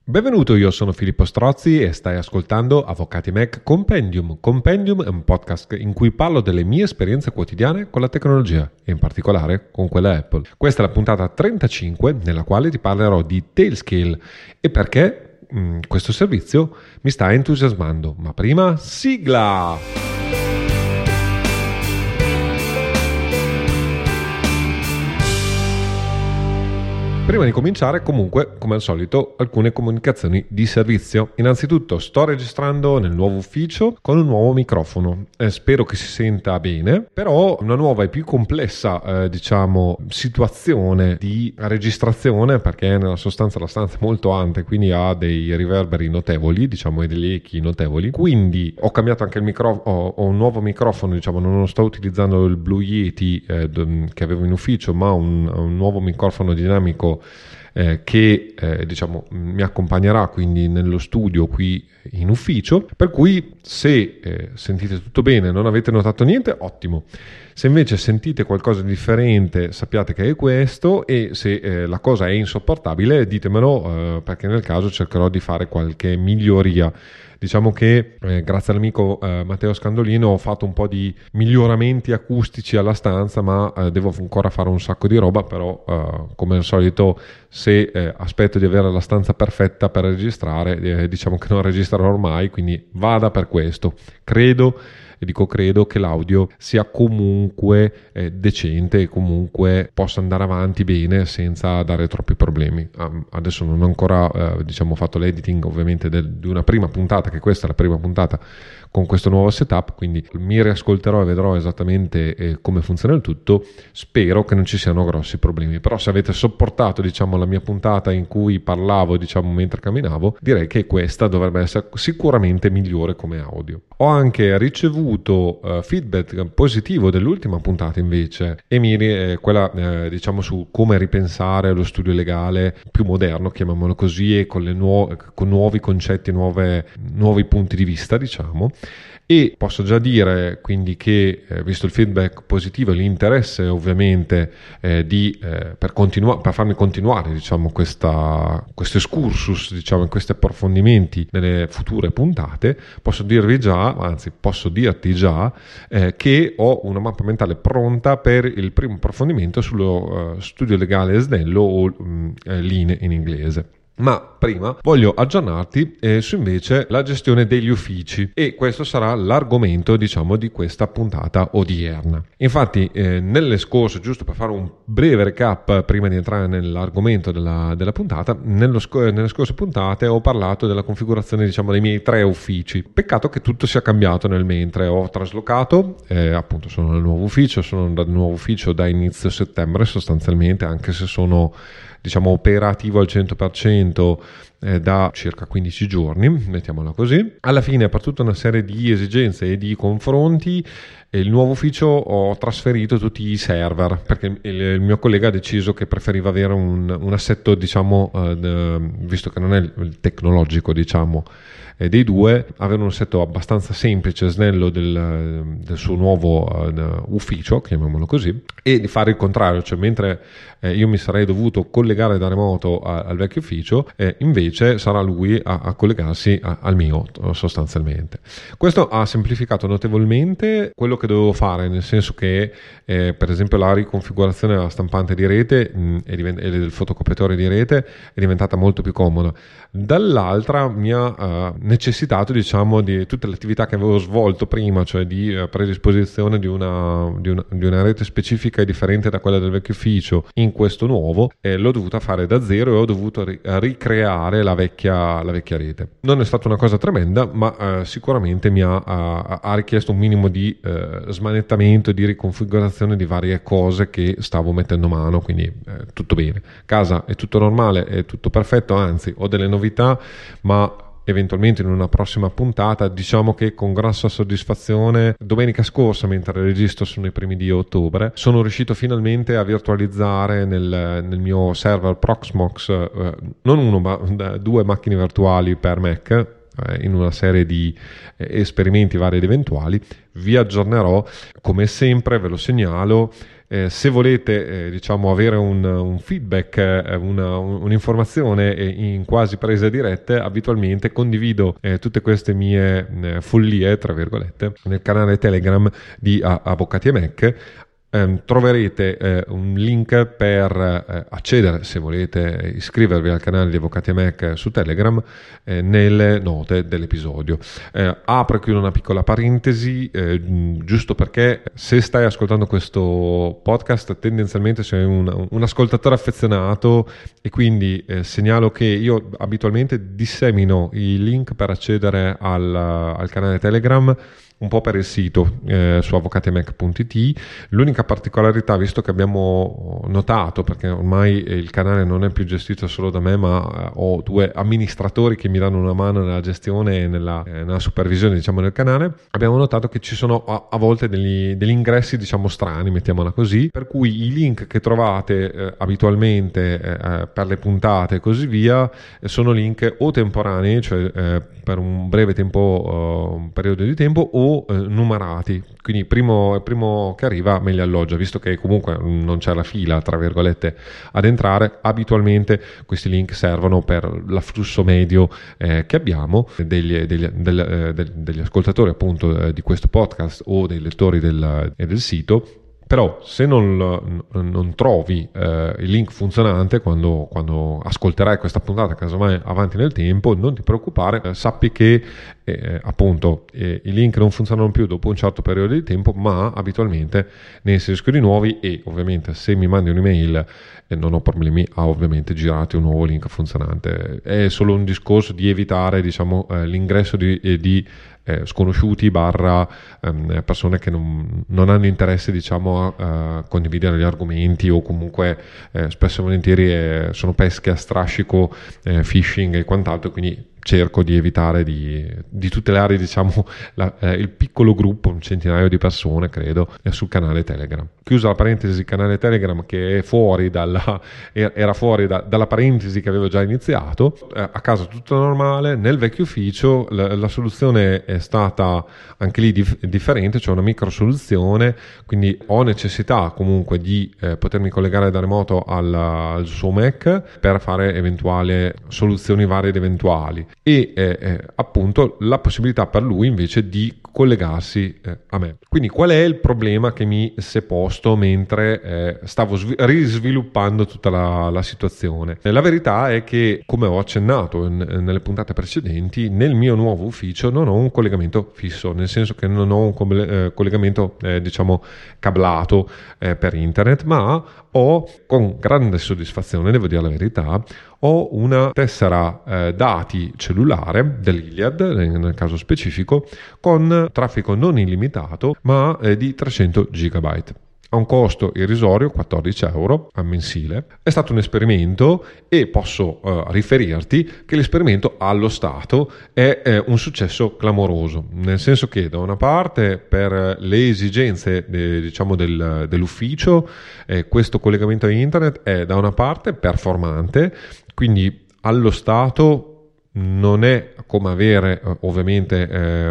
Benvenuto, io sono Filippo Strozzi e stai ascoltando Avvocati Mac Compendium. Compendium è un podcast in cui parlo delle mie esperienze quotidiane con la tecnologia e in particolare con quella Apple. Questa è la puntata 35 nella quale ti parlerò di Tailscale e perché questo servizio mi sta entusiasmando. Ma prima, sigla! Prima di cominciare, comunque, come al solito, alcune comunicazioni di servizio. Innanzitutto, sto registrando nel nuovo ufficio con un nuovo microfono. Spero che si senta bene, però una nuova e più complessa, situazione di registrazione, perché nella sostanza la stanza è molto ampia, quindi ha dei riverberi notevoli, e degli echi notevoli. Quindi ho cambiato anche il microfono, ho un nuovo microfono, non sto utilizzando il Blue Yeti che avevo in ufficio, ma un nuovo microfono dinamico che mi accompagnerà quindi nello studio qui in ufficio, per cui se sentite tutto bene, non avete notato niente, ottimo. Se invece sentite qualcosa di differente, sappiate che è questo, e se la cosa è insopportabile ditemelo, perché nel caso cercherò di fare qualche miglioria. Diciamo che grazie all'amico Matteo Scandolino ho fatto un po' di miglioramenti acustici alla stanza, ma devo ancora fare un sacco di roba, però come al solito se aspetto di avere la stanza perfetta per registrare, diciamo che non registrerò ormai, quindi vada per questo. Credo che l'audio sia comunque decente e comunque possa andare avanti bene senza dare troppi problemi. Adesso non ho ancora fatto l'editing ovviamente di una prima puntata, che questa è la prima puntata con questo nuovo setup, quindi mi riascolterò e vedrò esattamente come funziona il tutto. Spero che non ci siano grossi problemi, però se avete sopportato la mia puntata in cui parlavo mentre camminavo, direi che questa dovrebbe essere sicuramente migliore come audio. Ho anche ricevuto feedback positivo dell'ultima puntata invece, e quella su come ripensare lo studio legale più moderno, chiamiamolo così, e con nuovi concetti, nuovi punti di vista, E posso già dire quindi che visto il feedback positivo e l'interesse ovviamente per farmi continuare questo excursus in questi approfondimenti nelle future puntate, posso dirti già che ho una mappa mentale pronta per il primo approfondimento sullo studio legale snello o linee in inglese. Ma prima voglio aggiornarti su invece la gestione degli uffici, e questo sarà l'argomento di questa puntata odierna. Infatti nelle scorse, giusto per fare un breve recap prima di entrare nell'argomento della puntata, nelle scorse puntate ho parlato della configurazione dei miei 3 uffici. Peccato che tutto sia cambiato nel mentre. Ho traslocato, appunto sono nel nuovo ufficio da inizio settembre sostanzialmente, anche se sono operativo al 100% da circa 15 giorni, mettiamola così. Alla fine, per tutta una serie di esigenze e di confronti, il nuovo ufficio ho trasferito tutti i server, perché il mio collega ha deciso che preferiva avere un assetto, visto che non è il tecnologico, dei due, avere un assetto abbastanza semplice, snello del suo nuovo ufficio, chiamiamolo così, e di fare il contrario, mentre io mi sarei dovuto collegare da remoto al vecchio ufficio, invece sarà lui a collegarsi al mio sostanzialmente. Questo ha semplificato notevolmente quello che dovevo fare, nel senso che per esempio la riconfigurazione della stampante di rete e del fotocopiatore di rete è diventata molto più comoda. Dall'altra mi ha necessitato di tutte le attività che avevo svolto prima, cioè di predisposizione di una rete specifica e differente da quella del vecchio ufficio in questo nuovo, l'ho dovuta fare da zero e ho dovuto ricreare la vecchia rete. Non è stata una cosa tremenda, ma sicuramente mi ha richiesto un minimo di smanettamento e di riconfigurazione di varie cose che stavo mettendo mano, quindi tutto bene. Casa è tutto normale, è tutto perfetto, anzi ho delle novità, ma eventualmente in una prossima puntata. Che con grossa soddisfazione domenica scorsa, mentre registro sono i primi di ottobre, sono riuscito finalmente a virtualizzare nel mio server Proxmox non uno ma 2 macchine virtuali per Mac in una serie di esperimenti vari ed eventuali. Vi aggiornerò come sempre, ve lo segnalo. Se volete diciamo avere un feedback, un'informazione in quasi prese dirette, abitualmente condivido tutte queste mie follie, tra virgolette, nel canale Telegram di Avvocati e Mac. Troverete un link per accedere, se volete iscrivervi al canale di Avvocati e Mac su Telegram, nelle note dell'episodio. Apro e chiudo una piccola parentesi, giusto perché se stai ascoltando questo podcast tendenzialmente sei un ascoltatore affezionato, e quindi segnalo che io abitualmente dissemino i link per accedere al canale Telegram un po' per il sito su avvocatiemac.it. L'unica particolarità, visto che abbiamo notato, perché ormai il canale non è più gestito solo da me, ma ho 2 amministratori che mi danno una mano nella gestione e nella supervisione, diciamo, del canale, abbiamo notato che ci sono a volte degli ingressi, diciamo, strani, mettiamola così, per cui i link che trovate abitualmente per le puntate e così via sono link o temporanei, cioè per un breve tempo, periodo di tempo, o numerati, quindi primo che arriva me li alloggia, visto che comunque non c'è la fila, tra virgolette, ad entrare. Abitualmente questi link servono per l'afflusso medio che abbiamo degli ascoltatori, appunto, di questo podcast o dei lettori del sito. Però se non trovi il link funzionante quando ascolterai questa puntata, casomai avanti nel tempo, non ti preoccupare, sappi che appunto i link non funzionano più dopo un certo periodo di tempo, ma abitualmente ne inserisco di nuovi, e ovviamente se mi mandi un'email non ho problemi a ovviamente girarti un nuovo link funzionante. È solo un discorso di evitare, diciamo, l'ingresso di sconosciuti / persone che non hanno interesse, diciamo, a condividere gli argomenti, o comunque spesso e volentieri sono pesche a strascico, phishing e quant'altro, quindi cerco di evitare di tutelare, diciamo, il piccolo gruppo, un centinaio di persone credo, sul canale Telegram. Chiusa la parentesi canale Telegram, che è fuori era fuori dalla parentesi che avevo già iniziato. A casa tutto normale. Nel vecchio ufficio la soluzione è stata anche lì differente, cioè una micro soluzione, quindi ho necessità comunque di potermi collegare da remoto al suo Mac per fare eventuali soluzioni varie ed eventuali, e appunto la possibilità per lui invece di collegarsi a me. Quindi qual è il problema che mi si è posto mentre stavo risviluppando tutta la situazione? La verità è che, come ho accennato nelle puntate precedenti, nel mio nuovo ufficio non ho un collegamento fisso, nel senso che non ho un collegamento diciamo cablato per internet, ma ho, con grande soddisfazione, devo dire la verità, ho una tessera dati cellulare dell'Iliad, nel caso specifico, con traffico non illimitato, ma di 300 GB. Ha un costo irrisorio, 14 euro a mensile. È stato un esperimento, e posso riferirti che l'esperimento allo stato è un successo clamoroso, nel senso che da una parte, per le esigenze diciamo dell'ufficio, questo collegamento a internet è da una parte performante, quindi allo stato non è come avere ovviamente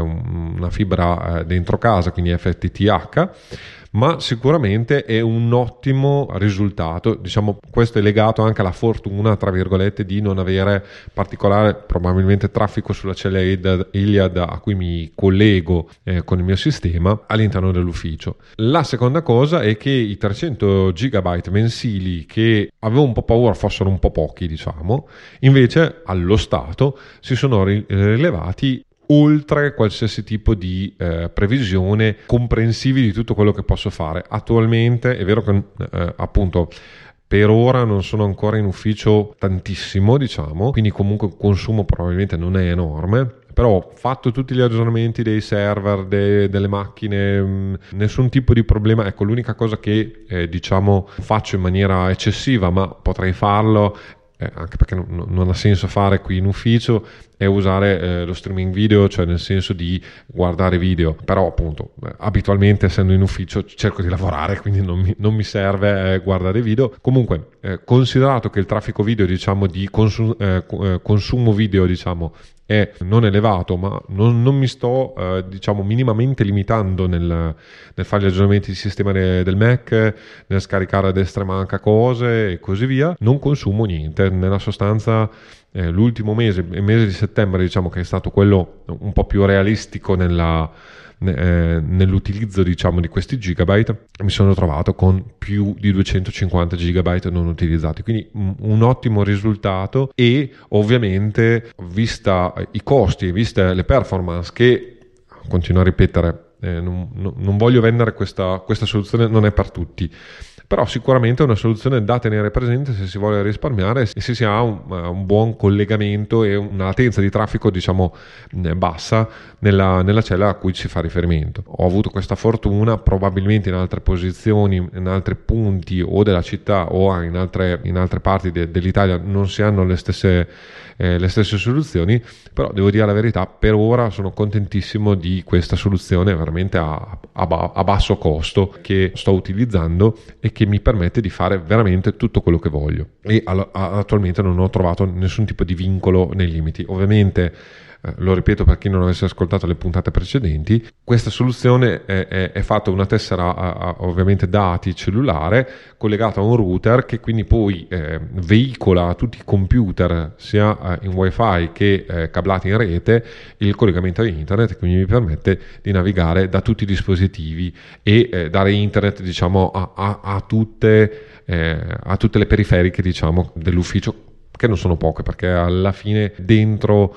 una fibra dentro casa, quindi FTTH, ma sicuramente è un ottimo risultato. Diciamo, questo è legato anche alla fortuna, tra virgolette, di non avere particolare probabilmente traffico sulla cella Iliad a cui mi collego con il mio sistema all'interno dell'ufficio. La seconda cosa è che i 300 GB mensili, che avevo un po' paura fossero un po' pochi, diciamo, invece allo stato si sono rilevati oltre qualsiasi tipo di previsione, comprensivi di tutto quello che posso fare. Attualmente è vero che appunto per ora non sono ancora in ufficio tantissimo, diciamo, quindi comunque il consumo probabilmente non è enorme, però fatto tutti gli aggiornamenti dei server, delle macchine, nessun tipo di problema. Ecco, l'unica cosa che diciamo faccio in maniera eccessiva, ma potrei farlo anche perché non ha senso fare qui in ufficio, è usare lo streaming video, cioè nel senso di guardare video, però appunto abitualmente essendo in ufficio cerco di lavorare, quindi non mi serve guardare video. Comunque considerato che il traffico video, diciamo, di consumo video, diciamo, è non elevato, ma non mi sto diciamo minimamente limitando nel fare gli aggiornamenti di sistema del Mac, nel scaricare a destra e manca cose e così via, non consumo niente. Nella sostanza l'ultimo mese, il mese di settembre, diciamo che è stato quello un po' più realistico nell'utilizzo, diciamo, di questi gigabyte. Mi sono trovato con più di 250 gigabyte non utilizzati, quindi un ottimo risultato. E ovviamente, vista i costi e viste le performance, che continuo a ripetere, non voglio vendere questa soluzione, non è per tutti, però sicuramente è una soluzione da tenere presente se si vuole risparmiare e se si ha un buon collegamento e una latenza di traffico, diciamo, bassa nella cella a cui si fa riferimento. Ho avuto questa fortuna, probabilmente in altre posizioni, in altri punti o della città o in altre parti dell'Italia non si hanno le stesse soluzioni, però devo dire la verità, per ora sono contentissimo di questa soluzione veramente a basso costo che sto utilizzando e che mi permette di fare veramente tutto quello che voglio. E attualmente non ho trovato nessun tipo di vincolo nei limiti. Ovviamente, lo ripeto per chi non avesse ascoltato le puntate precedenti, questa soluzione è fatta una tessera ovviamente dati cellulare collegata a un router che quindi poi veicola a tutti i computer sia in wifi che cablati in rete il collegamento a internet, quindi mi permette di navigare da tutti i dispositivi e dare internet, diciamo, a tutte le periferiche, diciamo, dell'ufficio, che non sono poche, perché alla fine dentro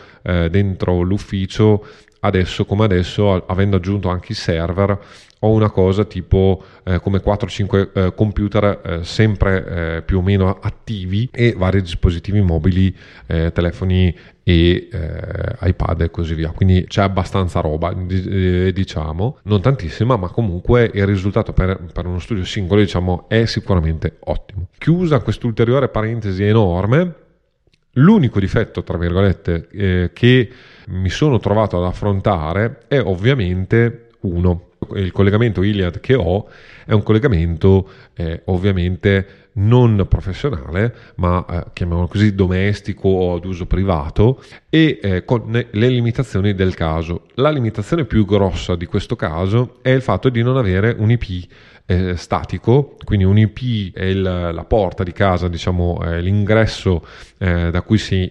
l'ufficio, adesso come adesso, avendo aggiunto anche i server, ho una cosa tipo come 4-5 computer sempre più o meno attivi e vari dispositivi mobili, telefoni e iPad e così via, quindi c'è abbastanza roba, diciamo, non tantissima, ma comunque il risultato per uno studio singolo, diciamo, è sicuramente ottimo. Chiusa quest'ulteriore parentesi enorme, l'unico difetto, tra virgolette, che mi sono trovato ad affrontare è ovviamente il collegamento Iliad che ho è un collegamento ovviamente non professionale, ma chiamiamolo così, domestico o ad uso privato, e con le limitazioni del caso. La limitazione più grossa di questo caso è il fatto di non avere un IP statico, quindi un IP è la porta di casa, diciamo, l'ingresso da cui si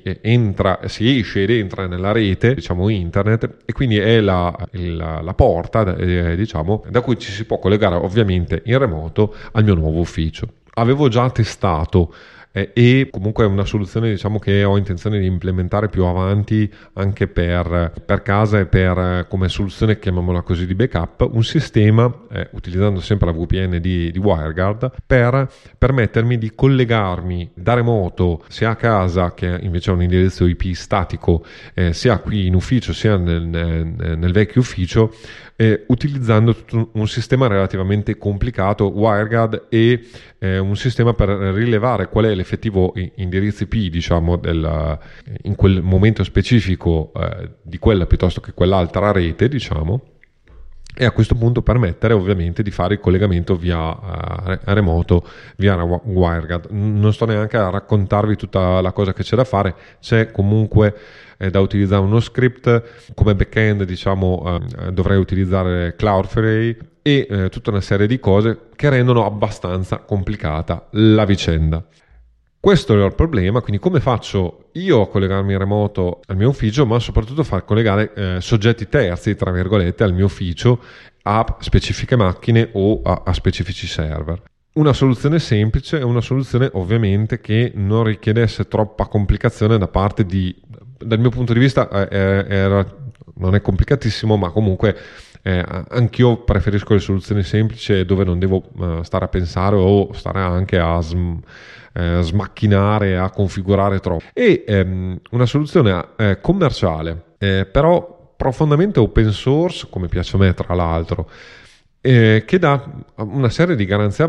esce ed entra nella rete, diciamo internet, e quindi è la porta diciamo, da cui ci si può collegare ovviamente in remoto al mio nuovo ufficio. Avevo già testato e comunque è una soluzione, diciamo, che ho intenzione di implementare più avanti anche per casa e per come soluzione, chiamiamola così, di backup, un sistema utilizzando sempre la VPN di WireGuard per permettermi di collegarmi da remoto sia a casa, che invece ha un indirizzo IP statico, sia qui in ufficio sia nel vecchio ufficio, utilizzando tutto un sistema relativamente complicato, WireGuard, e un sistema per rilevare qual è l'effettivo indirizzo IP, diciamo, in quel momento specifico di quella piuttosto che quell'altra rete, diciamo, e a questo punto permettere ovviamente di fare il collegamento via remoto, via WireGuard. Non sto neanche a raccontarvi tutta la cosa che c'è da fare, c'è comunque da utilizzare uno script come backend, diciamo, dovrei utilizzare Cloudflare e tutta una serie di cose che rendono abbastanza complicata la vicenda. Questo è il problema, quindi come faccio io a collegarmi in remoto al mio ufficio, ma soprattutto far collegare soggetti terzi, tra virgolette, al mio ufficio a specifiche macchine o a specifici server. Una soluzione semplice è una soluzione ovviamente che non richiedesse troppa complicazione da parte dal mio punto di vista non è complicatissimo, ma comunque anch'io preferisco le soluzioni semplici dove non devo stare a pensare o stare anche a smacchinare, a configurare troppo. E una soluzione commerciale, però profondamente open source, come piace a me tra l'altro, che dà una serie di garanzie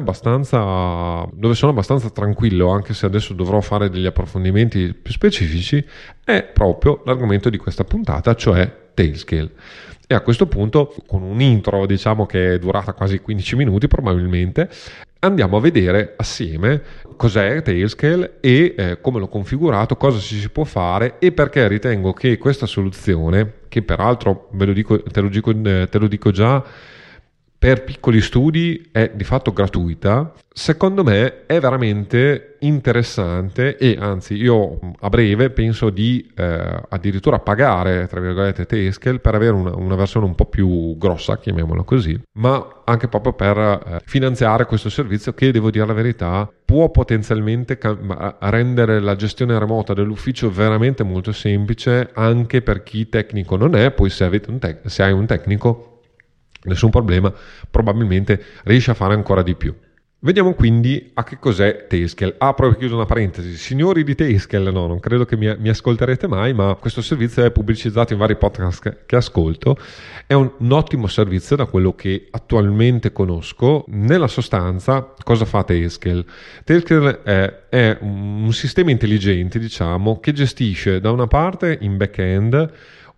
dove sono abbastanza tranquillo, anche se adesso dovrò fare degli approfondimenti più specifici, è proprio l'argomento di questa puntata, cioè Tailscale. E a questo punto, con un intro diciamo che è durata quasi 15 minuti probabilmente, andiamo a vedere assieme cos'è Tailscale e come l'ho configurato, cosa si può fare e perché ritengo che questa soluzione, che peraltro te lo dico già, per piccoli studi è di fatto gratuita, secondo me è veramente interessante e anzi io a breve penso di addirittura pagare tra virgolette Tailscale per avere una versione un po' più grossa, chiamiamola così, ma anche proprio per finanziare questo servizio che, devo dire la verità, può potenzialmente rendere la gestione remota dell'ufficio veramente molto semplice anche per chi tecnico non è. Poi se hai un tecnico, nessun problema, probabilmente riesce a fare ancora di più. Vediamo quindi a che cos'è Tailscale. Apro e chiudo una parentesi. Signori di Tailscale, no, non credo che mi ascolterete mai, ma questo servizio è pubblicizzato in vari podcast che ascolto. È un ottimo servizio da quello che attualmente conosco. Nella sostanza, cosa fa Tailscale? Tailscale è un sistema intelligente, diciamo, che gestisce da una parte in back-end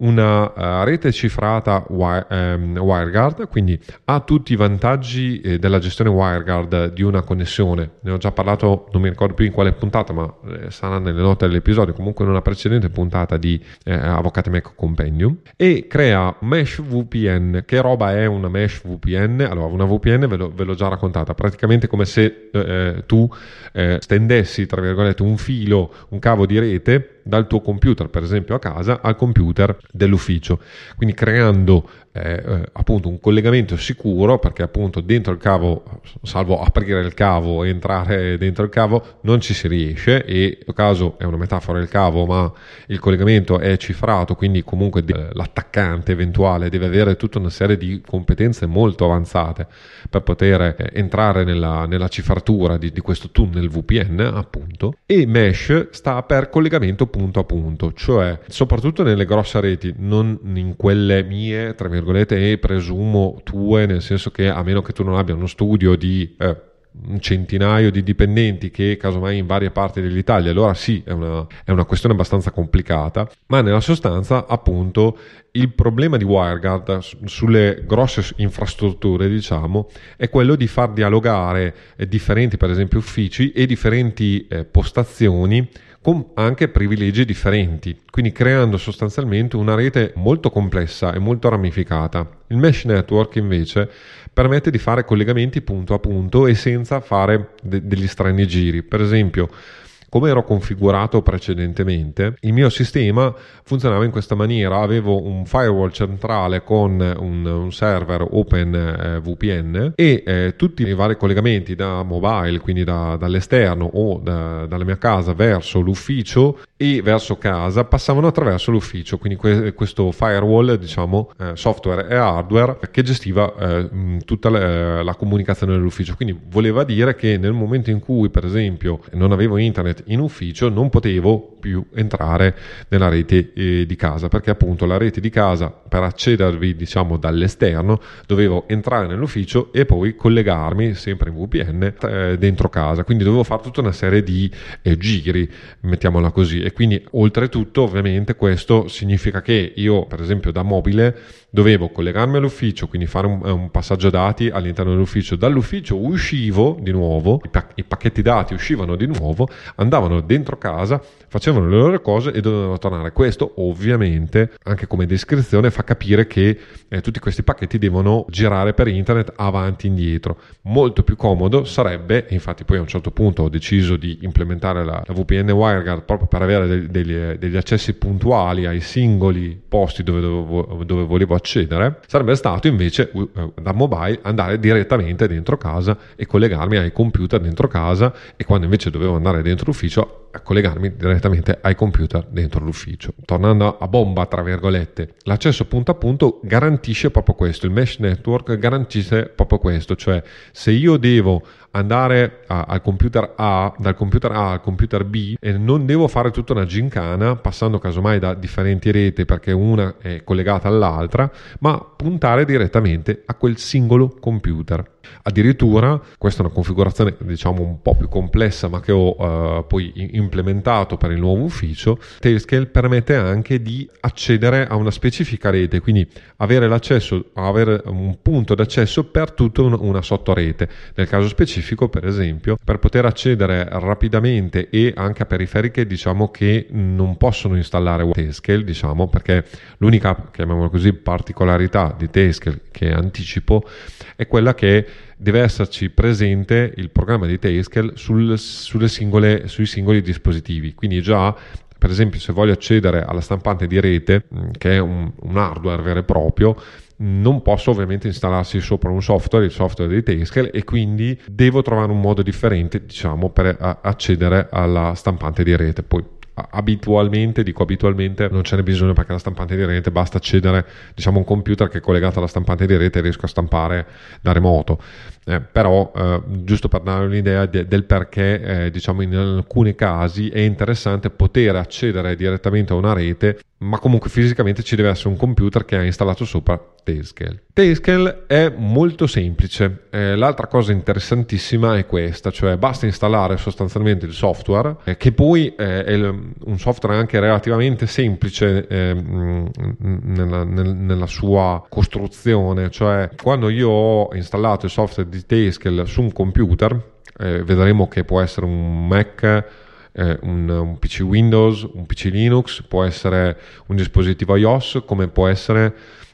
una rete cifrata WireGuard, quindi ha tutti i vantaggi della gestione WireGuard di una connessione. Ne ho già parlato, non mi ricordo più in quale puntata, ma sarà nelle note dell'episodio, comunque in una precedente puntata di Avvocati Mac Compendium, e crea Mesh VPN. Che roba è una Mesh VPN? Allora, una VPN ve l'ho già raccontata, praticamente come se tu stendessi tra virgolette un cavo di rete dal tuo computer, per esempio a casa, al computer dell'ufficio, quindi creando appunto un collegamento sicuro, perché appunto dentro il cavo, salvo aprire il cavo e entrare dentro il cavo, non ci si riesce, e in caso è una metafora il cavo, ma il collegamento è cifrato, quindi comunque l'attaccante eventuale deve avere tutta una serie di competenze molto avanzate per poter entrare nella cifratura di questo tunnel VPN, appunto. E Mesh sta per collegamento punto a punto, cioè soprattutto nelle grosse reti, non in quelle mie tra virgolette e presumo tue, nel senso che a meno che tu non abbia uno studio di un centinaio di dipendenti che casomai in varie parti dell'Italia, allora sì, è una questione abbastanza complicata, ma nella sostanza appunto il problema di WireGuard sulle grosse infrastrutture, diciamo, è quello di far dialogare differenti, per esempio, uffici e differenti postazioni con anche privilegi differenti, quindi creando sostanzialmente una rete molto complessa e molto ramificata. Il Mesh Network invece permette di fare collegamenti punto a punto e senza fare degli strani giri. Per esempio, come ero configurato precedentemente, il mio sistema funzionava in questa maniera: avevo un firewall centrale con un server Open VPN e tutti i vari collegamenti da mobile, quindi dall'esterno o dalla mia casa verso l'ufficio e verso casa, passavano attraverso l'ufficio, quindi questo firewall, diciamo, software e hardware, che gestiva tutta la comunicazione dell'ufficio. Quindi voleva dire che nel momento in cui, per esempio, non avevo internet in ufficio, non potevo più entrare nella rete di casa, perché appunto la rete di casa, per accedervi, diciamo, dall'esterno, dovevo entrare nell'ufficio e poi collegarmi sempre in VPN dentro casa, quindi dovevo fare tutta una serie di giri, mettiamola così. E quindi oltretutto ovviamente questo significa che io, per esempio, da mobile dovevo collegarmi all'ufficio, quindi fare un passaggio dati all'interno dell'ufficio, dall'ufficio uscivo di nuovo, i pacchetti dati uscivano di nuovo, andavano dentro casa, facevano le loro cose e dovevano tornare. Questo ovviamente, anche come descrizione, fa capire che tutti questi pacchetti devono girare per internet avanti e indietro. Molto più comodo sarebbe, e infatti poi a un certo punto ho deciso di implementare la VPN WireGuard proprio per avere degli accessi puntuali ai singoli posti dove volevo accedere, sarebbe stato invece da mobile andare direttamente dentro casa e collegarmi ai computer dentro casa, e quando invece dovevo andare dentro l'ufficio a collegarmi direttamente ai computer dentro l'ufficio. Tornando a bomba tra virgolette, l'accesso punto a punto garantisce proprio questo, il Mesh Network garantisce proprio questo, cioè se io devo andare dal computer A al computer B e non devo fare tutta una gincana passando casomai da differenti reti perché una è collegata all'altra, ma puntare direttamente a quel singolo computer. Addirittura, questa è una configurazione diciamo un po' più complessa ma che ho poi implementato per il nuovo ufficio, Tailscale permette anche di accedere a una specifica rete, quindi avere un punto d'accesso per tutta una sottorete. Nel caso specifico, per esempio, per poter accedere rapidamente e anche a periferiche diciamo che non possono installare Tailscale, diciamo, perché l'unica, chiamiamola così, particolarità di Tailscale che anticipo è quella che deve esserci presente il programma di Tailscale sui singoli dispositivi. Quindi già, per esempio, se voglio accedere alla stampante di rete, che è un hardware vero e proprio, non posso ovviamente installarsi sopra un software, il software di Tailscale, e quindi devo trovare un modo differente, diciamo, per accedere alla stampante di rete. Poi abitualmente non ce n'è bisogno perché la stampante di rete basta accedere, diciamo, a un computer che è collegato alla stampante di rete e riesco a stampare da remoto. Però giusto per dare un'idea del perché diciamo in alcuni casi è interessante poter accedere direttamente a una rete, ma comunque fisicamente ci deve essere un computer che ha installato sopra Tailscale. Tailscale è molto semplice. L'altra cosa interessantissima è questa, cioè basta installare sostanzialmente il software, che poi è un software anche relativamente semplice nella sua costruzione, cioè quando io ho installato il software di Tailscale su un computer, vedremo che può essere un Mac, un PC Windows, un PC Linux, può essere un dispositivo iOS, come può essere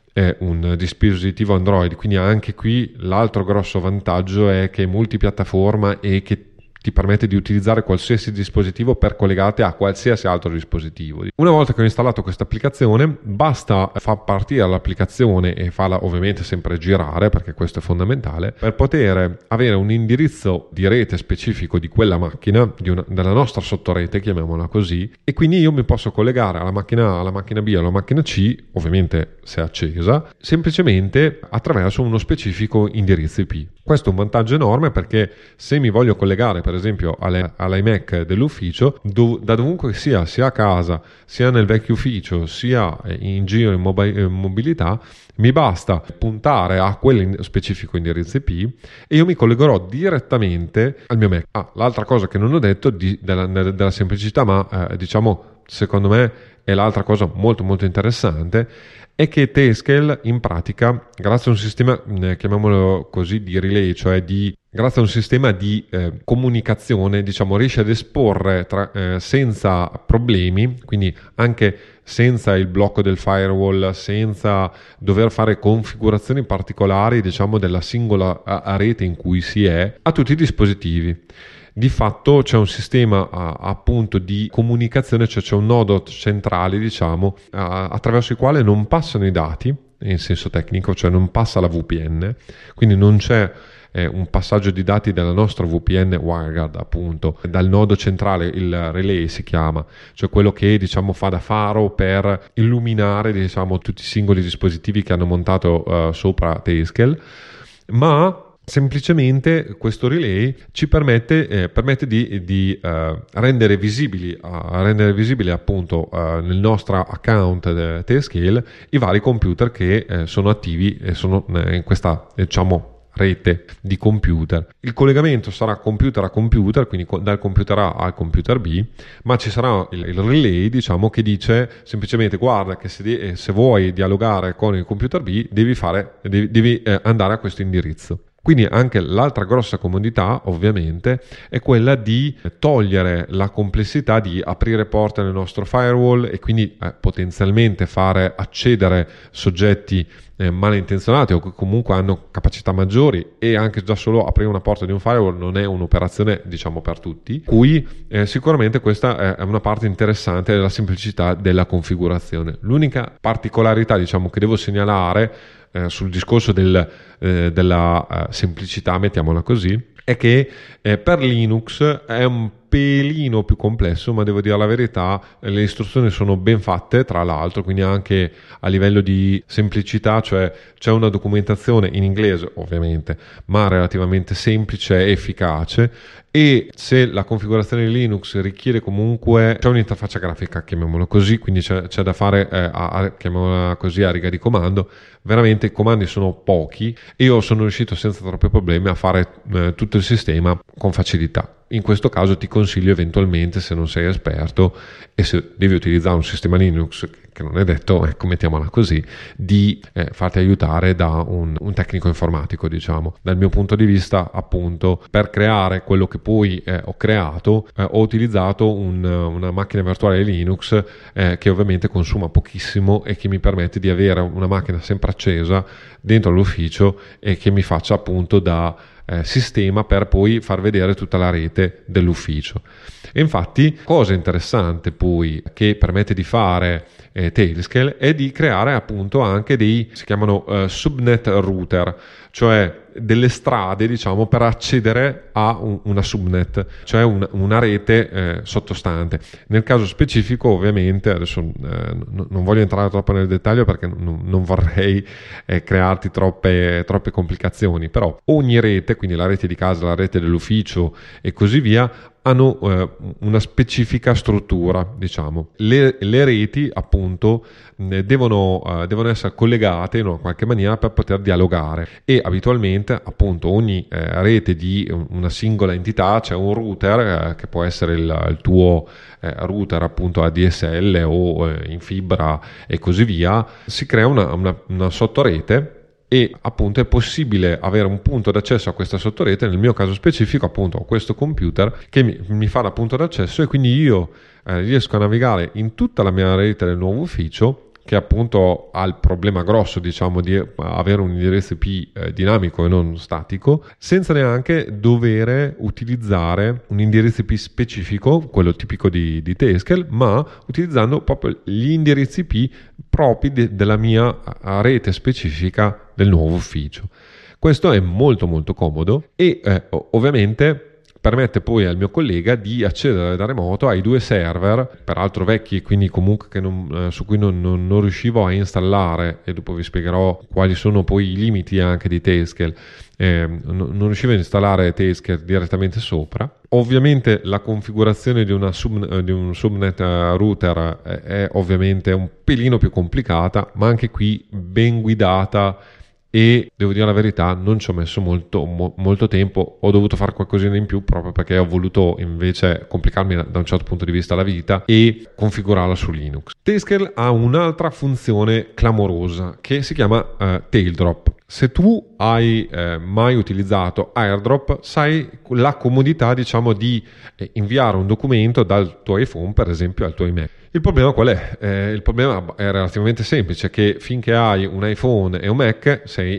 un dispositivo Android. Quindi anche qui l'altro grosso vantaggio è che è multipiattaforma e che ti permette di utilizzare qualsiasi dispositivo per collegarti a qualsiasi altro dispositivo. Una volta che ho installato questa applicazione, basta far partire l'applicazione e farla ovviamente sempre girare, perché questo è fondamentale, per poter avere un indirizzo di rete specifico di quella macchina, della nostra sottorete, chiamiamola così, e quindi io mi posso collegare alla macchina A, alla macchina B, alla macchina C, ovviamente se accesa, semplicemente attraverso uno specifico indirizzo IP. Questo è un vantaggio enorme perché se mi voglio collegare per esempio all'iMac dell'ufficio, da dovunque sia a casa, sia nel vecchio ufficio, sia in giro in mobilità, mi basta puntare a quel specifico indirizzo IP e io mi collegherò direttamente al mio Mac. L'altra cosa che non ho detto della semplicità, ma diciamo secondo me è l'altra cosa molto molto interessante, è che Tailscale in pratica, grazie a un sistema, chiamiamolo così, di relay, cioè grazie a un sistema di comunicazione, diciamo, riesce ad esporre senza problemi, quindi anche senza il blocco del firewall, senza dover fare configurazioni particolari, diciamo, della singola rete in cui si è, a tutti i dispositivi. Di fatto c'è un sistema appunto di comunicazione, cioè c'è un nodo centrale, diciamo, attraverso il quale non passano i dati, in senso tecnico, cioè non passa la VPN, quindi non c'è un passaggio di dati della nostra VPN WireGuard, appunto, dal nodo centrale, il relay si chiama, cioè quello che, diciamo, fa da faro per illuminare, diciamo, tutti i singoli dispositivi che hanno montato sopra Tailscale, ma semplicemente questo relay ci permette di rendere visibili appunto nel nostro account Tailscale i vari computer che sono attivi e sono in questa, diciamo, rete di computer. Il collegamento sarà computer a computer, quindi dal computer A al computer B, ma ci sarà il relay, diciamo, che dice semplicemente: guarda che se vuoi dialogare con il computer B devi andare a questo indirizzo. Quindi anche l'altra grossa comodità ovviamente è quella di togliere la complessità di aprire porte nel nostro firewall e quindi potenzialmente fare accedere soggetti malintenzionati o che comunque hanno capacità maggiori, e anche già solo aprire una porta di un firewall non è un'operazione, diciamo, per tutti, cui sicuramente questa è una parte interessante della semplicità della configurazione. L'unica particolarità, diciamo, che devo segnalare sul discorso della semplicità, mettiamola così, è che per Linux è un pelino più complesso, ma devo dire la verità, le istruzioni sono ben fatte, tra l'altro, quindi anche a livello di semplicità, cioè c'è una documentazione in inglese ovviamente, ma relativamente semplice e efficace. E se la configurazione di Linux richiede comunque, c'è un'interfaccia grafica, chiamiamola così, quindi c'è da fare chiamiamola così, a riga di comando. Veramente i comandi sono pochi e io sono riuscito senza troppi problemi a fare tutto il sistema con facilità. In questo caso ti consiglio eventualmente, se non sei esperto e se devi utilizzare un sistema Linux, che non è detto, ecco, mettiamola così, di farti aiutare da un tecnico informatico, diciamo. Dal mio punto di vista, appunto, per creare quello che poi ho creato, ho utilizzato una macchina virtuale Linux che ovviamente consuma pochissimo e che mi permette di avere una macchina sempre accesa dentro l'ufficio e che mi faccia appunto da sistema per poi far vedere tutta la rete dell'ufficio. E infatti, cosa interessante poi che permette di fare Tailscale è di creare appunto anche si chiamano subnet router, cioè delle strade, diciamo, per accedere a una subnet, cioè una rete sottostante. Nel caso specifico, ovviamente, adesso non voglio entrare troppo nel dettaglio perché non vorrei crearti troppe complicazioni, però ogni rete, quindi la rete di casa, la rete dell'ufficio e così via, hanno una specifica struttura, diciamo. Le reti appunto devono essere collegate in una qualche maniera per poter dialogare e abitualmente appunto ogni rete di una singola entità c'è un router che può essere il tuo router appunto ADSL o in fibra e così via. Si crea una sottorete e appunto è possibile avere un punto d'accesso a questa sottorete. Nel mio caso specifico appunto ho questo computer che mi fa da punto d'accesso e quindi io riesco a navigare in tutta la mia rete del nuovo ufficio, che appunto ha il problema grosso, diciamo, di avere un indirizzo IP dinamico e non statico, senza neanche dover utilizzare un indirizzo IP specifico, quello tipico di Tailscale, ma utilizzando proprio gli indirizzi IP propri della mia rete specifica del nuovo ufficio. Questo è molto molto comodo e ovviamente permette poi al mio collega di accedere da remoto ai 2 server, peraltro vecchi, quindi comunque su cui non riuscivo a installare, e dopo vi spiegherò quali sono poi i limiti anche di Tailscale. Non riuscivo a installare Tailscale direttamente sopra. Ovviamente la configurazione di un subnet router è ovviamente un pelino più complicata, ma anche qui ben guidata. E devo dire la verità, non ci ho messo molto tempo, ho dovuto fare qualcosina in più proprio perché ho voluto invece complicarmi da un certo punto di vista la vita e configurarla su Linux. Tailscale ha un'altra funzione clamorosa che si chiama Taildrop. Se tu hai mai utilizzato AirDrop, sai la comodità, diciamo, di inviare un documento dal tuo iPhone, per esempio, al tuo email. Il problema qual è? Il problema è relativamente semplice, che finché hai un iPhone e un Mac sei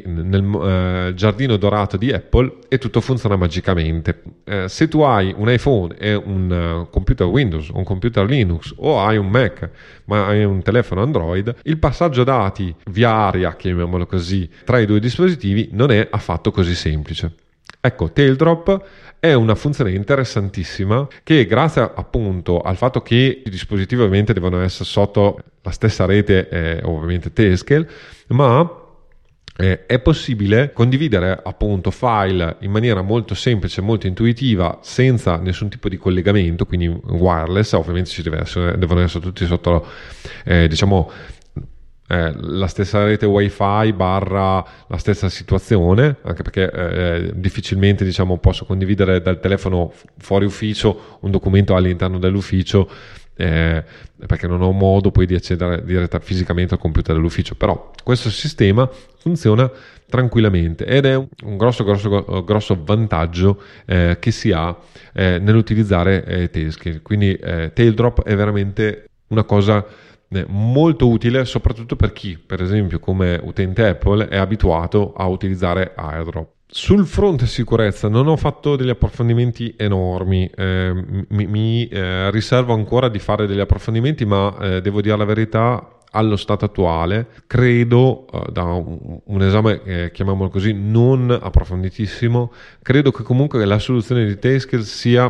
nel giardino dorato di Apple e tutto funziona magicamente. Se tu hai un iPhone e un computer Windows, un computer Linux, o hai un Mac ma hai un telefono Android, il passaggio dati via aria, chiamiamolo così, tra i due dispositivi non è affatto così semplice. Ecco, Taildrop è una funzione interessantissima che, grazie appunto al fatto che i dispositivi ovviamente devono essere sotto la stessa rete, ovviamente Tailscale, ma è possibile condividere appunto file in maniera molto semplice, molto intuitiva, senza nessun tipo di collegamento, quindi wireless. Ovviamente devono essere tutti sotto diciamo la stessa rete wifi barra la stessa situazione, anche perché difficilmente, diciamo, posso condividere dal telefono fuori ufficio un documento all'interno dell'ufficio, perché non ho modo poi di accedere fisicamente al computer dell'ufficio. Però questo sistema funziona tranquillamente ed è un grosso vantaggio che si ha nell'utilizzare Tailscale. Quindi Taildrop è veramente una cosa molto utile, soprattutto per chi, per esempio, come utente Apple, è abituato a utilizzare AirDrop. Sul fronte sicurezza non ho fatto degli approfondimenti enormi, mi riservo ancora di fare degli approfondimenti, ma devo dire la verità, allo stato attuale credo, da un esame chiamiamolo così non approfonditissimo, credo che comunque la soluzione di Tailscale sia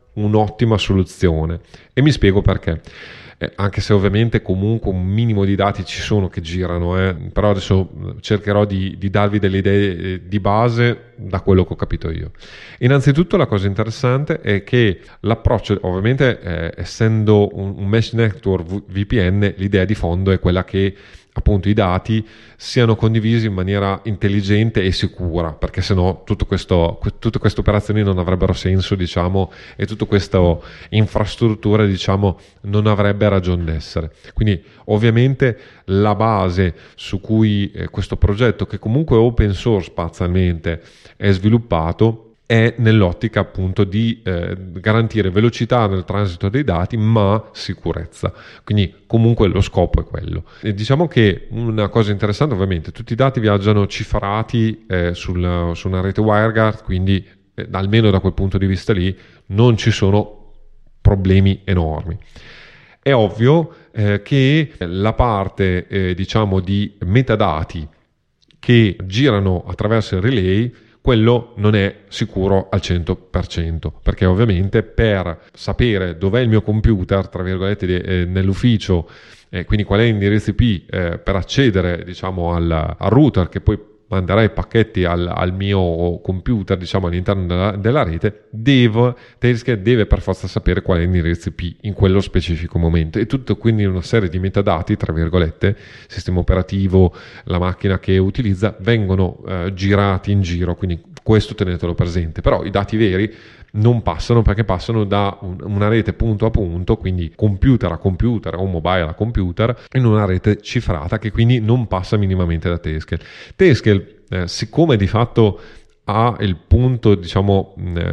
un'ottima soluzione, e mi spiego perché. Anche se ovviamente comunque un minimo di dati ci sono che girano, però adesso cercherò di darvi delle idee di base da quello che ho capito io. Innanzitutto la cosa interessante è che l'approccio, ovviamente essendo un mesh network VPN, l'idea di fondo è quella che appunto i dati siano condivisi in maniera intelligente e sicura, perché sennò tutte queste operazioni non avrebbero senso, diciamo, e tutta questa infrastruttura, diciamo, non avrebbe ragione d'essere. Quindi ovviamente la base su cui questo progetto, che comunque è open source parzialmente, è sviluppato, è nell'ottica appunto di garantire velocità nel transito dei dati, ma sicurezza. Quindi comunque lo scopo è quello. E diciamo che una cosa interessante, ovviamente, tutti i dati viaggiano cifrati su una rete WireGuard, quindi almeno da quel punto di vista lì non ci sono problemi enormi. È ovvio che la parte diciamo di metadati che girano attraverso il relay, quello non è sicuro al 100%, perché ovviamente per sapere dov'è il mio computer, tra virgolette, nell'ufficio, quindi qual è l'indirizzo IP per accedere, diciamo, al router che poi manderà i pacchetti al mio computer, diciamo, all'interno della rete, Tailscale deve per forza sapere qual è l'indirizzo IP in quello specifico momento, e tutto quindi una serie di metadati, tra virgolette, sistema operativo, la macchina che utilizza, vengono girati in giro, quindi questo tenetelo presente. Però i dati veri non passano, perché passano da una rete punto a punto, quindi computer a computer o mobile a computer, in una rete cifrata che quindi non passa minimamente da Tailscale. Tailscale, siccome di fatto ha il punto, diciamo,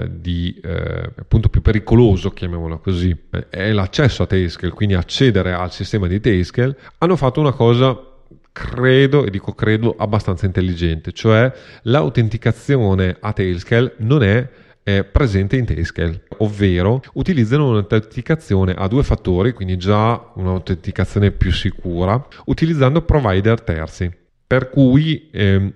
punto più pericoloso, chiamiamolo così, è l'accesso a Tailscale, quindi accedere al sistema di Tailscale, hanno fatto una cosa, credo, e dico credo, abbastanza intelligente, cioè l'autenticazione a Tailscale non è presente in Tailscale, ovvero utilizzano un'autenticazione a due fattori, quindi già un'autenticazione più sicura, utilizzando provider terzi, per cui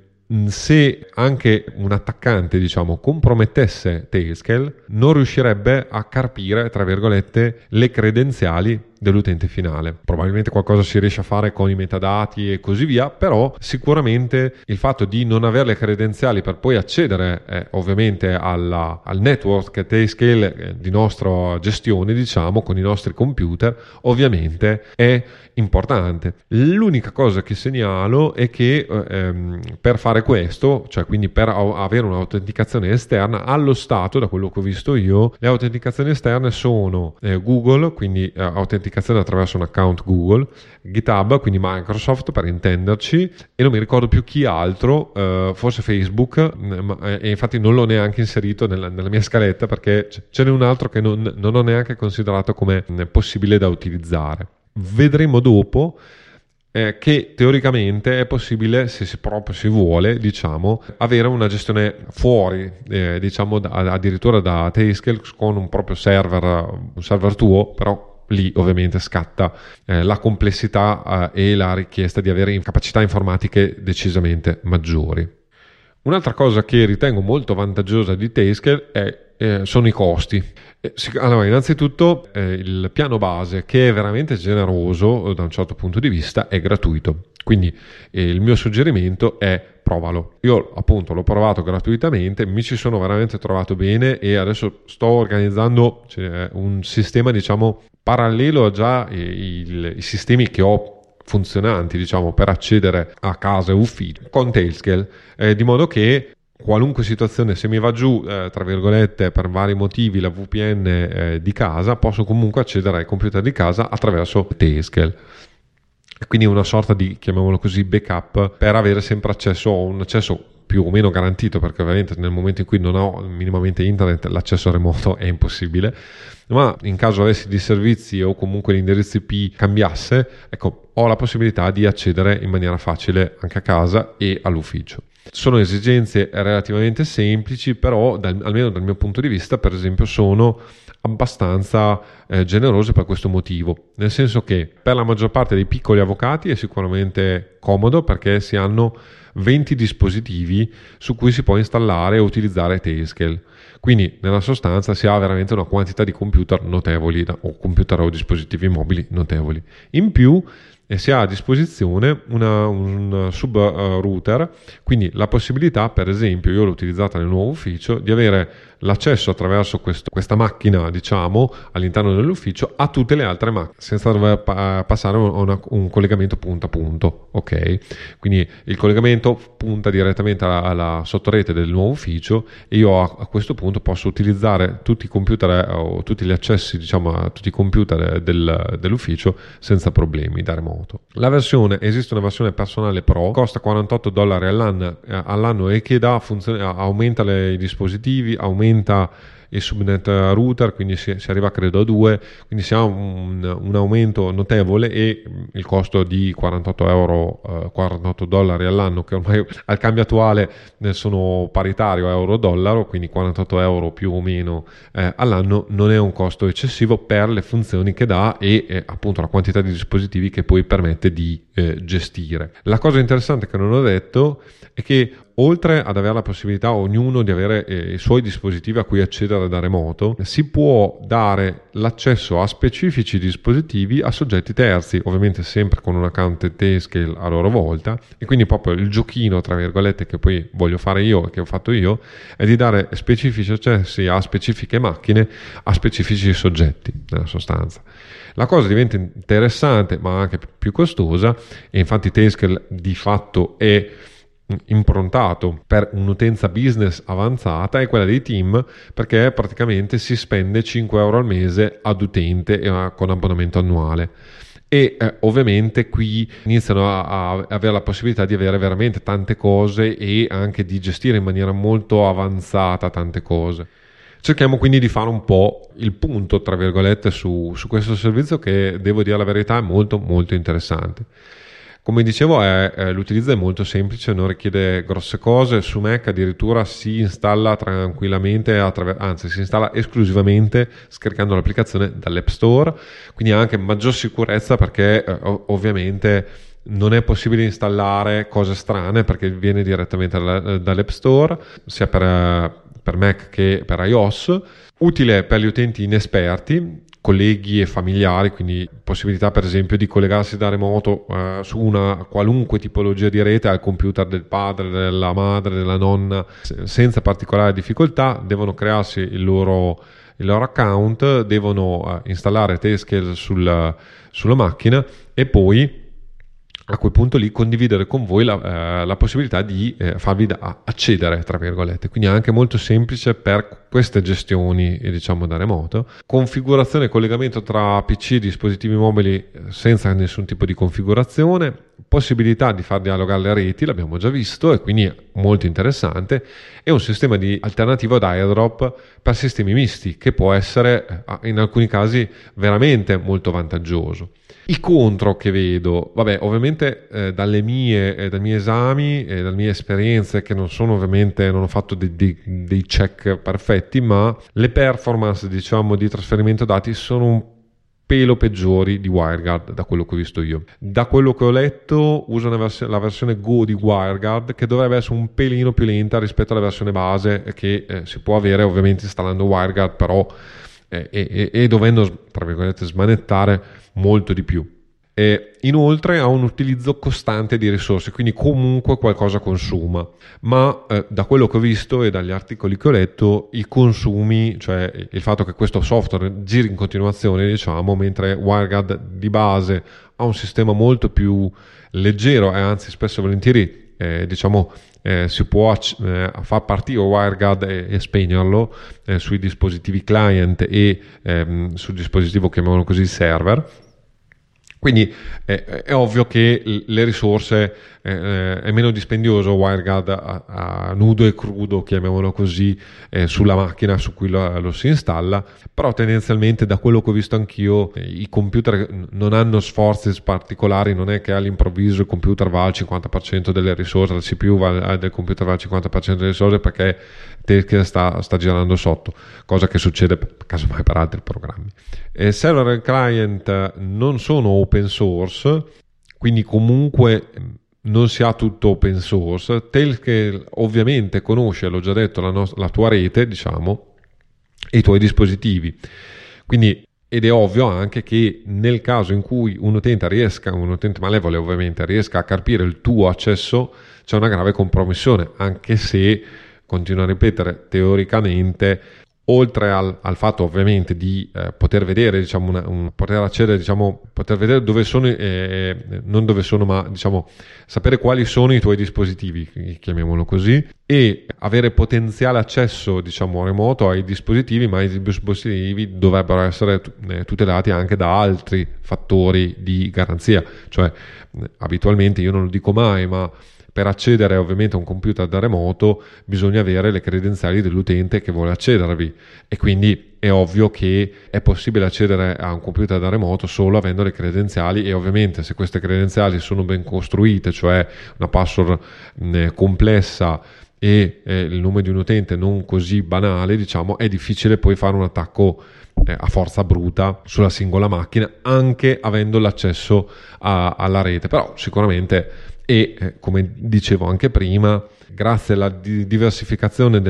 se anche un attaccante, diciamo, compromettesse Tailscale, non riuscirebbe a carpire, tra virgolette, le credenziali dell'utente finale. Probabilmente qualcosa si riesce a fare con i metadati e così via, però sicuramente il fatto di non avere le credenziali per poi accedere ovviamente al network Tailscale di nostra gestione, diciamo, con i nostri computer, ovviamente è importante. L'unica cosa che segnalo è che per fare questo, cioè quindi per avere un'autenticazione esterna, allo stato, da quello che ho visto io, le autenticazioni esterne sono Google, quindi autenticazione attraverso un account Google, GitHub, quindi Microsoft per intenderci, e non mi ricordo più chi altro, forse Facebook, e infatti non l'ho neanche inserito nella mia scaletta, perché ce n'è un altro che non ho neanche considerato come possibile da utilizzare. Vedremo dopo che teoricamente è possibile, se proprio si vuole, diciamo, avere una gestione fuori, diciamo, addirittura da Tailscale, con un proprio un server tuo, però lì ovviamente scatta la complessità e la richiesta di avere capacità informatiche decisamente maggiori. Un'altra cosa che ritengo molto vantaggiosa di Tailscale sono i costi. Allora, innanzitutto il piano base, che è veramente generoso da un certo punto di vista, è gratuito. Quindi il mio suggerimento è: provalo. Io appunto l'ho provato gratuitamente, mi ci sono veramente trovato bene, e adesso sto organizzando un sistema, diciamo, parallelo a già i sistemi che ho funzionanti, diciamo, per accedere a casa e ufficio con Tailscale, di modo che qualunque situazione, se mi va giù, tra virgolette, per vari motivi, la VPN di casa, posso comunque accedere ai computer di casa attraverso Tailscale. Quindi una sorta di, chiamiamolo così, backup, per avere sempre accesso a un accesso più o meno garantito, perché ovviamente nel momento in cui non ho minimamente internet, l'accesso remoto è impossibile, ma in caso avessi di servizi o comunque l'indirizzo IP cambiasse, ecco, ho la possibilità di accedere in maniera facile anche a casa e all'ufficio. Sono esigenze relativamente semplici, però almeno dal mio punto di vista, per esempio, sono abbastanza generose per questo motivo, nel senso che per la maggior parte dei piccoli avvocati è sicuramente comodo, perché si hanno 20 dispositivi su cui si può installare e utilizzare Tailscale. Quindi nella sostanza si ha veramente una quantità di computer notevoli o computer o dispositivi mobili notevoli. In più si ha a disposizione un sub router, quindi la possibilità, per esempio, io l'ho utilizzata nel nuovo ufficio, di avere l'accesso attraverso questa macchina, diciamo, all'interno dell'ufficio a tutte le altre macchine, senza dover passare un collegamento punto a punto, ok? Quindi il collegamento punta direttamente alla sottorete del nuovo ufficio e io a questo punto posso utilizzare tutti i computer o tutti gli accessi, diciamo, a tutti i computer dell'ufficio senza problemi da remoto. Esiste una versione personale Pro, costa $48 all'anno e che aumenta i dispositivi, aumenta il subnet router, quindi si arriva credo a 2, quindi si ha un aumento notevole e il costo di $48 all'anno, che ormai al cambio attuale sono paritario euro-dollaro, quindi €48 più o meno all'anno, non è un costo eccessivo per le funzioni che dà e appunto la quantità di dispositivi che poi permette di gestire. La cosa interessante che non ho detto è che oltre ad avere la possibilità ognuno di avere i suoi dispositivi a cui accedere da remoto, si può dare l'accesso a specifici dispositivi a soggetti terzi, ovviamente sempre con un account T-Scale a loro volta, e quindi proprio il giochino, tra virgolette, che poi voglio fare io e che ho fatto io, è di dare specifici accessi a specifiche macchine, a specifici soggetti, nella sostanza. La cosa diventa interessante ma anche più costosa, e infatti T-Scale di fatto è improntato per un'utenza business avanzata, è quella dei team, perché praticamente si spende €5 al mese ad utente con abbonamento annuale. E ovviamente qui iniziano a avere la possibilità di avere veramente tante cose e anche di gestire in maniera molto avanzata tante cose. Cerchiamo quindi di fare un po' il punto, tra virgolette, su questo servizio che, devo dire la verità, è molto molto interessante. Come dicevo, l'utilizzo è molto semplice, non richiede grosse cose. Su Mac addirittura si installa tranquillamente, si installa esclusivamente scaricando l'applicazione dall'App Store, quindi ha anche maggior sicurezza perché ovviamente non è possibile installare cose strane perché viene direttamente dall'App Store, sia per Mac che per iOS. Utile per gli utenti inesperti, colleghi e familiari, quindi possibilità per esempio di collegarsi da remoto su una qualunque tipologia di rete al computer del padre, della madre, della nonna, senza particolari difficoltà. Devono crearsi il loro account, devono installare T-Scale sulla macchina e poi a quel punto lì condividere con voi la possibilità di farvi accedere, tra virgolette. Quindi è anche molto semplice per queste gestioni, diciamo, da remoto. Configurazione e collegamento tra PC e dispositivi mobili senza nessun tipo di configurazione. Possibilità di far dialogare le reti, l'abbiamo già visto, e quindi è molto interessante. E un sistema di alternativo ad AirDrop per sistemi misti, che può essere in alcuni casi veramente molto vantaggioso. I contro che vedo, vabbè, ovviamente dai miei esami e dalle mie esperienze, che non ho fatto dei check perfetti, ma le performance, diciamo, di trasferimento dati sono un pelo peggiori di WireGuard, da quello che ho visto io. Da quello che ho letto usa la versione Go di WireGuard, che dovrebbe essere un pelino più lenta rispetto alla versione base che si può avere ovviamente installando WireGuard, però e dovendo, tra virgolette, smanettare molto di più. Inoltre ha un utilizzo costante di risorse, quindi comunque qualcosa consuma, ma da quello che ho visto e dagli articoli che ho letto, i consumi, cioè il fatto che questo software giri in continuazione, diciamo, mentre WireGuard di base ha un sistema molto più leggero e anzi spesso e volentieri si può far partire WireGuard e spegnerlo sui dispositivi client e sul dispositivo, chiamiamolo così, server. Quindi è ovvio che le risorse è meno dispendioso WireGuard a nudo e crudo, chiamiamolo così, sulla macchina su cui lo si installa, però tendenzialmente, da quello che ho visto anch'io, i computer non hanno sforzi particolari, non è che all'improvviso il computer va al 50% delle risorse, la CPU del computer va al 50% delle risorse perché sta girando sotto, cosa che succede casomai per altri programmi. Server e client non sono open source, quindi comunque non si ha tutto open source. Tailscale ovviamente conosce, l'ho già detto, la tua rete, diciamo, e i tuoi dispositivi. Quindi, ed è ovvio anche che nel caso in cui un utente malevole ovviamente, riesca a carpire il tuo accesso, c'è una grave compromissione, anche se, continuo a ripetere, teoricamente, oltre al fatto ovviamente di poter vedere, diciamo, poter accedere, diciamo, poter vedere dove sono, non dove sono, ma diciamo sapere quali sono i tuoi dispositivi, chiamiamolo così, e avere potenziale accesso, diciamo, remoto ai dispositivi, ma i dispositivi dovrebbero essere tutelati anche da altri fattori di garanzia. Cioè, abitualmente, io non lo dico mai, ma per accedere ovviamente a un computer da remoto bisogna avere le credenziali dell'utente che vuole accedervi, e quindi è ovvio che è possibile accedere a un computer da remoto solo avendo le credenziali, e ovviamente se queste credenziali sono ben costruite, cioè una password complessa e il nome di un utente non così banale, diciamo, è difficile poi fare un attacco a forza bruta sulla singola macchina, anche avendo l'accesso alla rete. Però sicuramente, e come dicevo anche prima, grazie alla diversificazione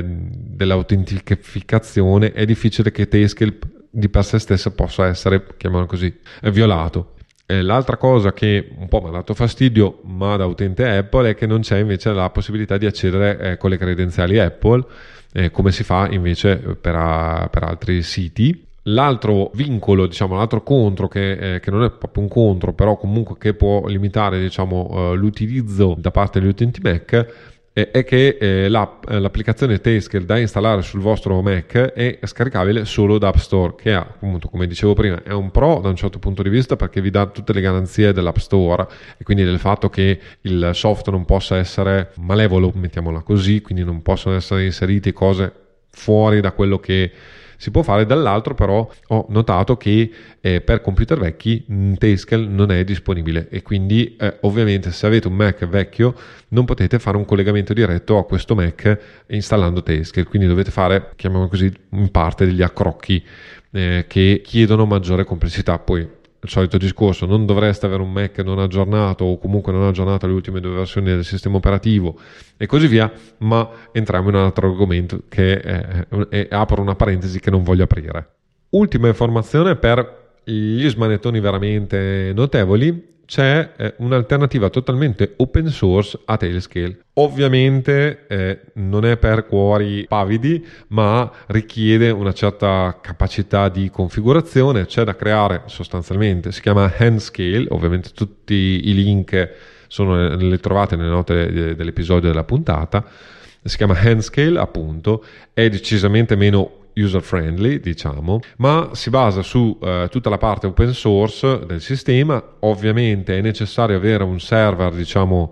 dell'autentificazione è difficile che Tailscale di per sé stessa possa essere, chiamiamolo così, violato. L'altra cosa che un po' mi ha dato fastidio, ma da utente Apple, è che non c'è invece la possibilità di accedere con le credenziali Apple, come si fa invece per altri siti. L'altro vincolo, diciamo, l'altro contro che non è proprio un contro, però comunque che può limitare, diciamo, l'utilizzo da parte degli utenti Mac, è che l'applicazione Tailscale da installare sul vostro Mac è scaricabile solo da App Store, che ha, appunto, come dicevo prima, è un pro da un certo punto di vista, perché vi dà tutte le garanzie dell'App Store e quindi del fatto che il software non possa essere malevolo, mettiamola così, quindi non possono essere inserite cose fuori da quello che si può fare. Dall'altro però ho notato che per computer vecchi Tailscale non è disponibile, e quindi ovviamente se avete un Mac vecchio non potete fare un collegamento diretto a questo Mac installando Tailscale, quindi dovete fare, chiamiamolo così, in parte degli accrocchi che chiedono maggiore complessità. Poi il solito discorso, non dovreste avere un Mac non aggiornato, o comunque non aggiornato alle ultime 2 versioni del sistema operativo e così via, ma entriamo in un altro argomento che apro una parentesi che non voglio aprire. Ultima informazione per gli smanettoni veramente notevoli: c'è un'alternativa totalmente open source a Tailscale. Ovviamente non è per cuori pavidi, ma richiede una certa capacità di configurazione. C'è da creare, sostanzialmente si chiama Handscale, ovviamente tutti i link le trovate nelle note dell'episodio della puntata. Si chiama Handscale, appunto, è decisamente meno user friendly, diciamo, ma si basa su tutta la parte open source del sistema. Ovviamente è necessario avere un server, diciamo,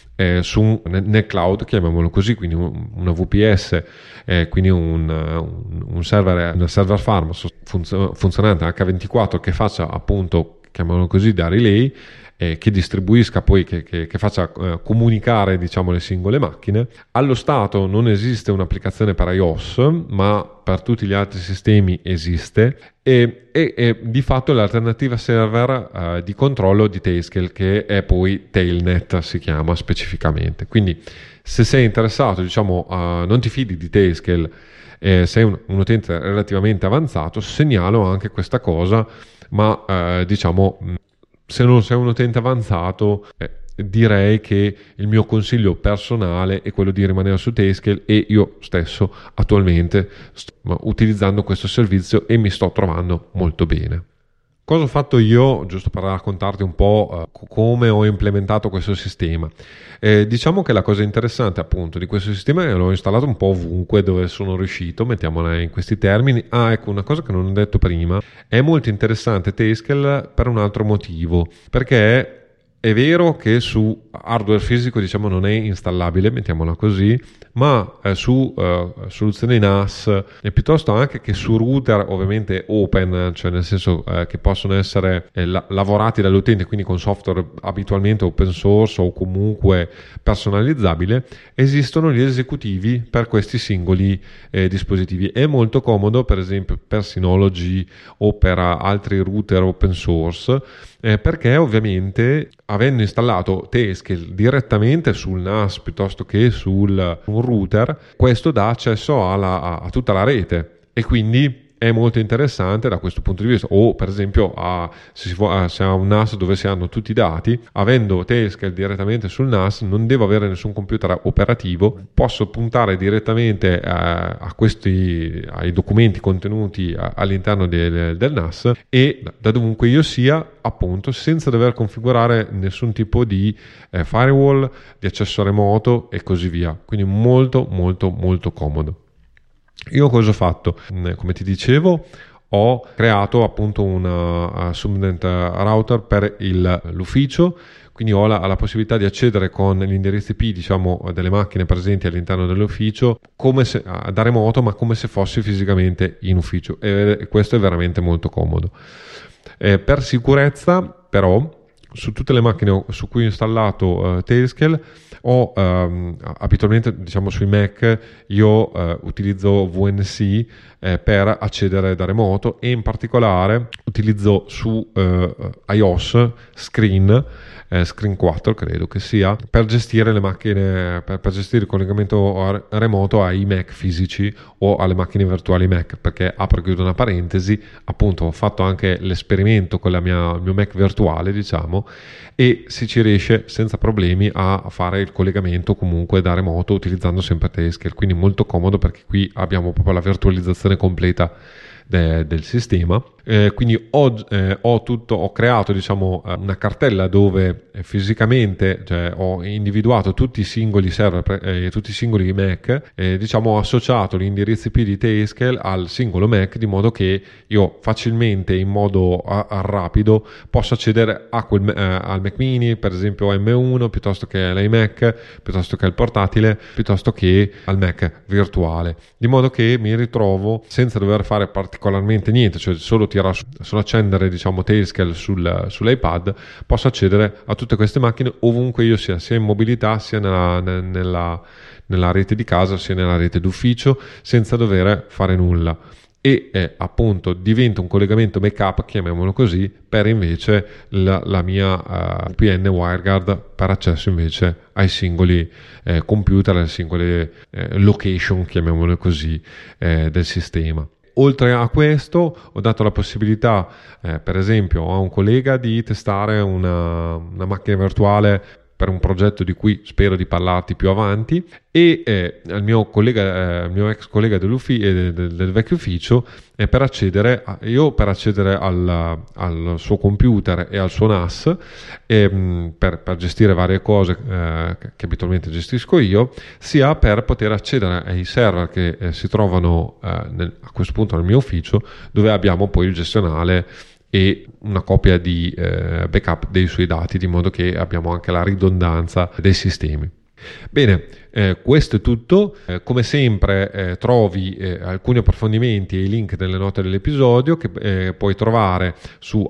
nel cloud, chiamiamolo così, quindi una VPS, quindi un server farm funzionante H24 che faccia, appunto, chiamiamolo così, da relay, che distribuisca poi, che faccia comunicare, diciamo, le singole macchine. Allo stato non esiste un'applicazione per iOS, ma per tutti gli altri sistemi esiste, e di fatto è l'alternativa server di controllo di Tailscale, che è poi Tailnet, si chiama specificamente. Quindi se sei interessato, diciamo, non ti fidi di Tailscale, sei un utente relativamente avanzato, segnalo anche questa cosa, ma diciamo, se non sei un utente avanzato, direi che il mio consiglio personale è quello di rimanere su Tailscale, e io stesso attualmente sto utilizzando questo servizio e mi sto trovando molto bene. Cosa ho fatto io, giusto per raccontarti un po' come ho implementato questo sistema? Diciamo che la cosa interessante, appunto, di questo sistema è che l'ho installato un po' ovunque dove sono riuscito, mettiamola in questi termini. Ecco, una cosa che non ho detto prima: è molto interessante Tailscale per un altro motivo, perché è vero che su hardware fisico, diciamo, non è installabile, mettiamola così, ma su soluzioni NAS, e piuttosto anche che su router ovviamente open, cioè nel senso che possono essere lavorati dall'utente, quindi con software abitualmente open source o comunque personalizzabile, esistono gli esecutivi per questi singoli dispositivi. È molto comodo, per esempio per Synology o per altri router open source, perché ovviamente, avendo installato Tailscale direttamente sul NAS piuttosto che sul un router, questo dà accesso a tutta la rete, e quindi è molto interessante da questo punto di vista. O per esempio se ha un NAS dove si hanno tutti i dati, avendo Tailscale direttamente sul NAS non devo avere nessun computer operativo, posso puntare direttamente ai documenti contenuti all'interno del NAS e da dovunque io sia, appunto, senza dover configurare nessun tipo di firewall, di accesso remoto e così via. Quindi molto molto molto comodo. Io cosa ho fatto? Come ti dicevo, ho creato appunto un subnet router per l'ufficio, quindi ho la possibilità di accedere con gli indirizzi IP, diciamo, delle macchine presenti all'interno dell'ufficio da remoto, ma come se fossi fisicamente in ufficio, e questo è veramente molto comodo. Per sicurezza, però, su tutte le macchine su cui ho installato Tailscale, abitualmente, diciamo, sui Mac io utilizzo VNC per accedere da remoto, e in particolare utilizzo su iOS Screen 4 credo che sia, per gestire le macchine, per gestire il collegamento remoto ai Mac fisici o alle macchine virtuali Mac, perché apro e chiudo una parentesi, appunto ho fatto anche l'esperimento con il mio Mac virtuale, diciamo, e si ci riesce senza problemi a fare il collegamento comunque da remoto utilizzando sempre Tailscale, quindi molto comodo, perché qui abbiamo proprio la virtualizzazione completa del sistema. Quindi ho creato, diciamo, una cartella dove fisicamente, cioè, ho individuato tutti i singoli server, tutti i singoli Mac, diciamo, ho associato l'indirizzo IP di Tailscale al singolo Mac, di modo che io facilmente, in modo rapido, posso accedere al Mac mini, per esempio M1, piuttosto che all'iMac, piuttosto che al portatile, piuttosto che al Mac virtuale, di modo che mi ritrovo senza dover fare particolarmente niente, cioè solo accendere, diciamo, Tailscale sull'iPad, posso accedere a tutte queste macchine ovunque io sia in mobilità, sia nella rete di casa, sia nella rete d'ufficio, senza dover fare nulla. E appunto diventa un collegamento backup, chiamiamolo così, per invece la mia VPN WireGuard per accesso invece ai singoli computer, alle singole location, chiamiamole così, del sistema. Oltre a questo ho dato la possibilità, per esempio, a un collega di testare una macchina virtuale per un progetto di cui spero di parlarti più avanti, e al mio ex collega del vecchio ufficio, per accedere al suo computer e al suo NAS, per gestire varie cose che abitualmente gestisco io, sia per poter accedere ai server che si trovano a questo punto nel mio ufficio, dove abbiamo poi il gestionale e una copia di backup dei suoi dati, di modo che abbiamo anche la ridondanza dei sistemi. Bene, questo è tutto. Come sempre trovi alcuni approfondimenti e i link nelle note dell'episodio, che puoi trovare su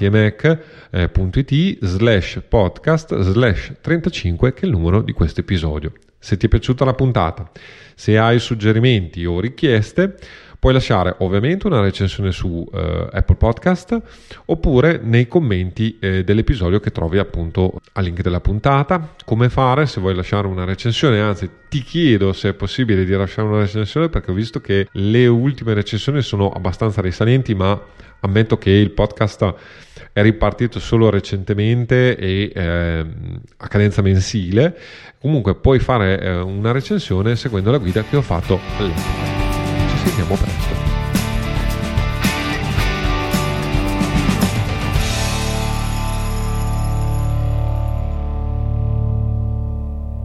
avvocatiemac.it/podcast/35, che è il numero di questo episodio. Se ti è piaciuta la puntata, se hai suggerimenti o richieste, puoi lasciare ovviamente una recensione su Apple Podcast, oppure nei commenti dell'episodio che trovi appunto al link della puntata. Come fare se vuoi lasciare una recensione? Anzi, ti chiedo se è possibile di lasciare una recensione, perché ho visto che le ultime recensioni sono abbastanza risalenti, ma ammetto che il podcast è ripartito solo recentemente e a cadenza mensile. Comunque puoi fare una recensione seguendo la guida che ho fatto all'interno. Ci sentiamo presto.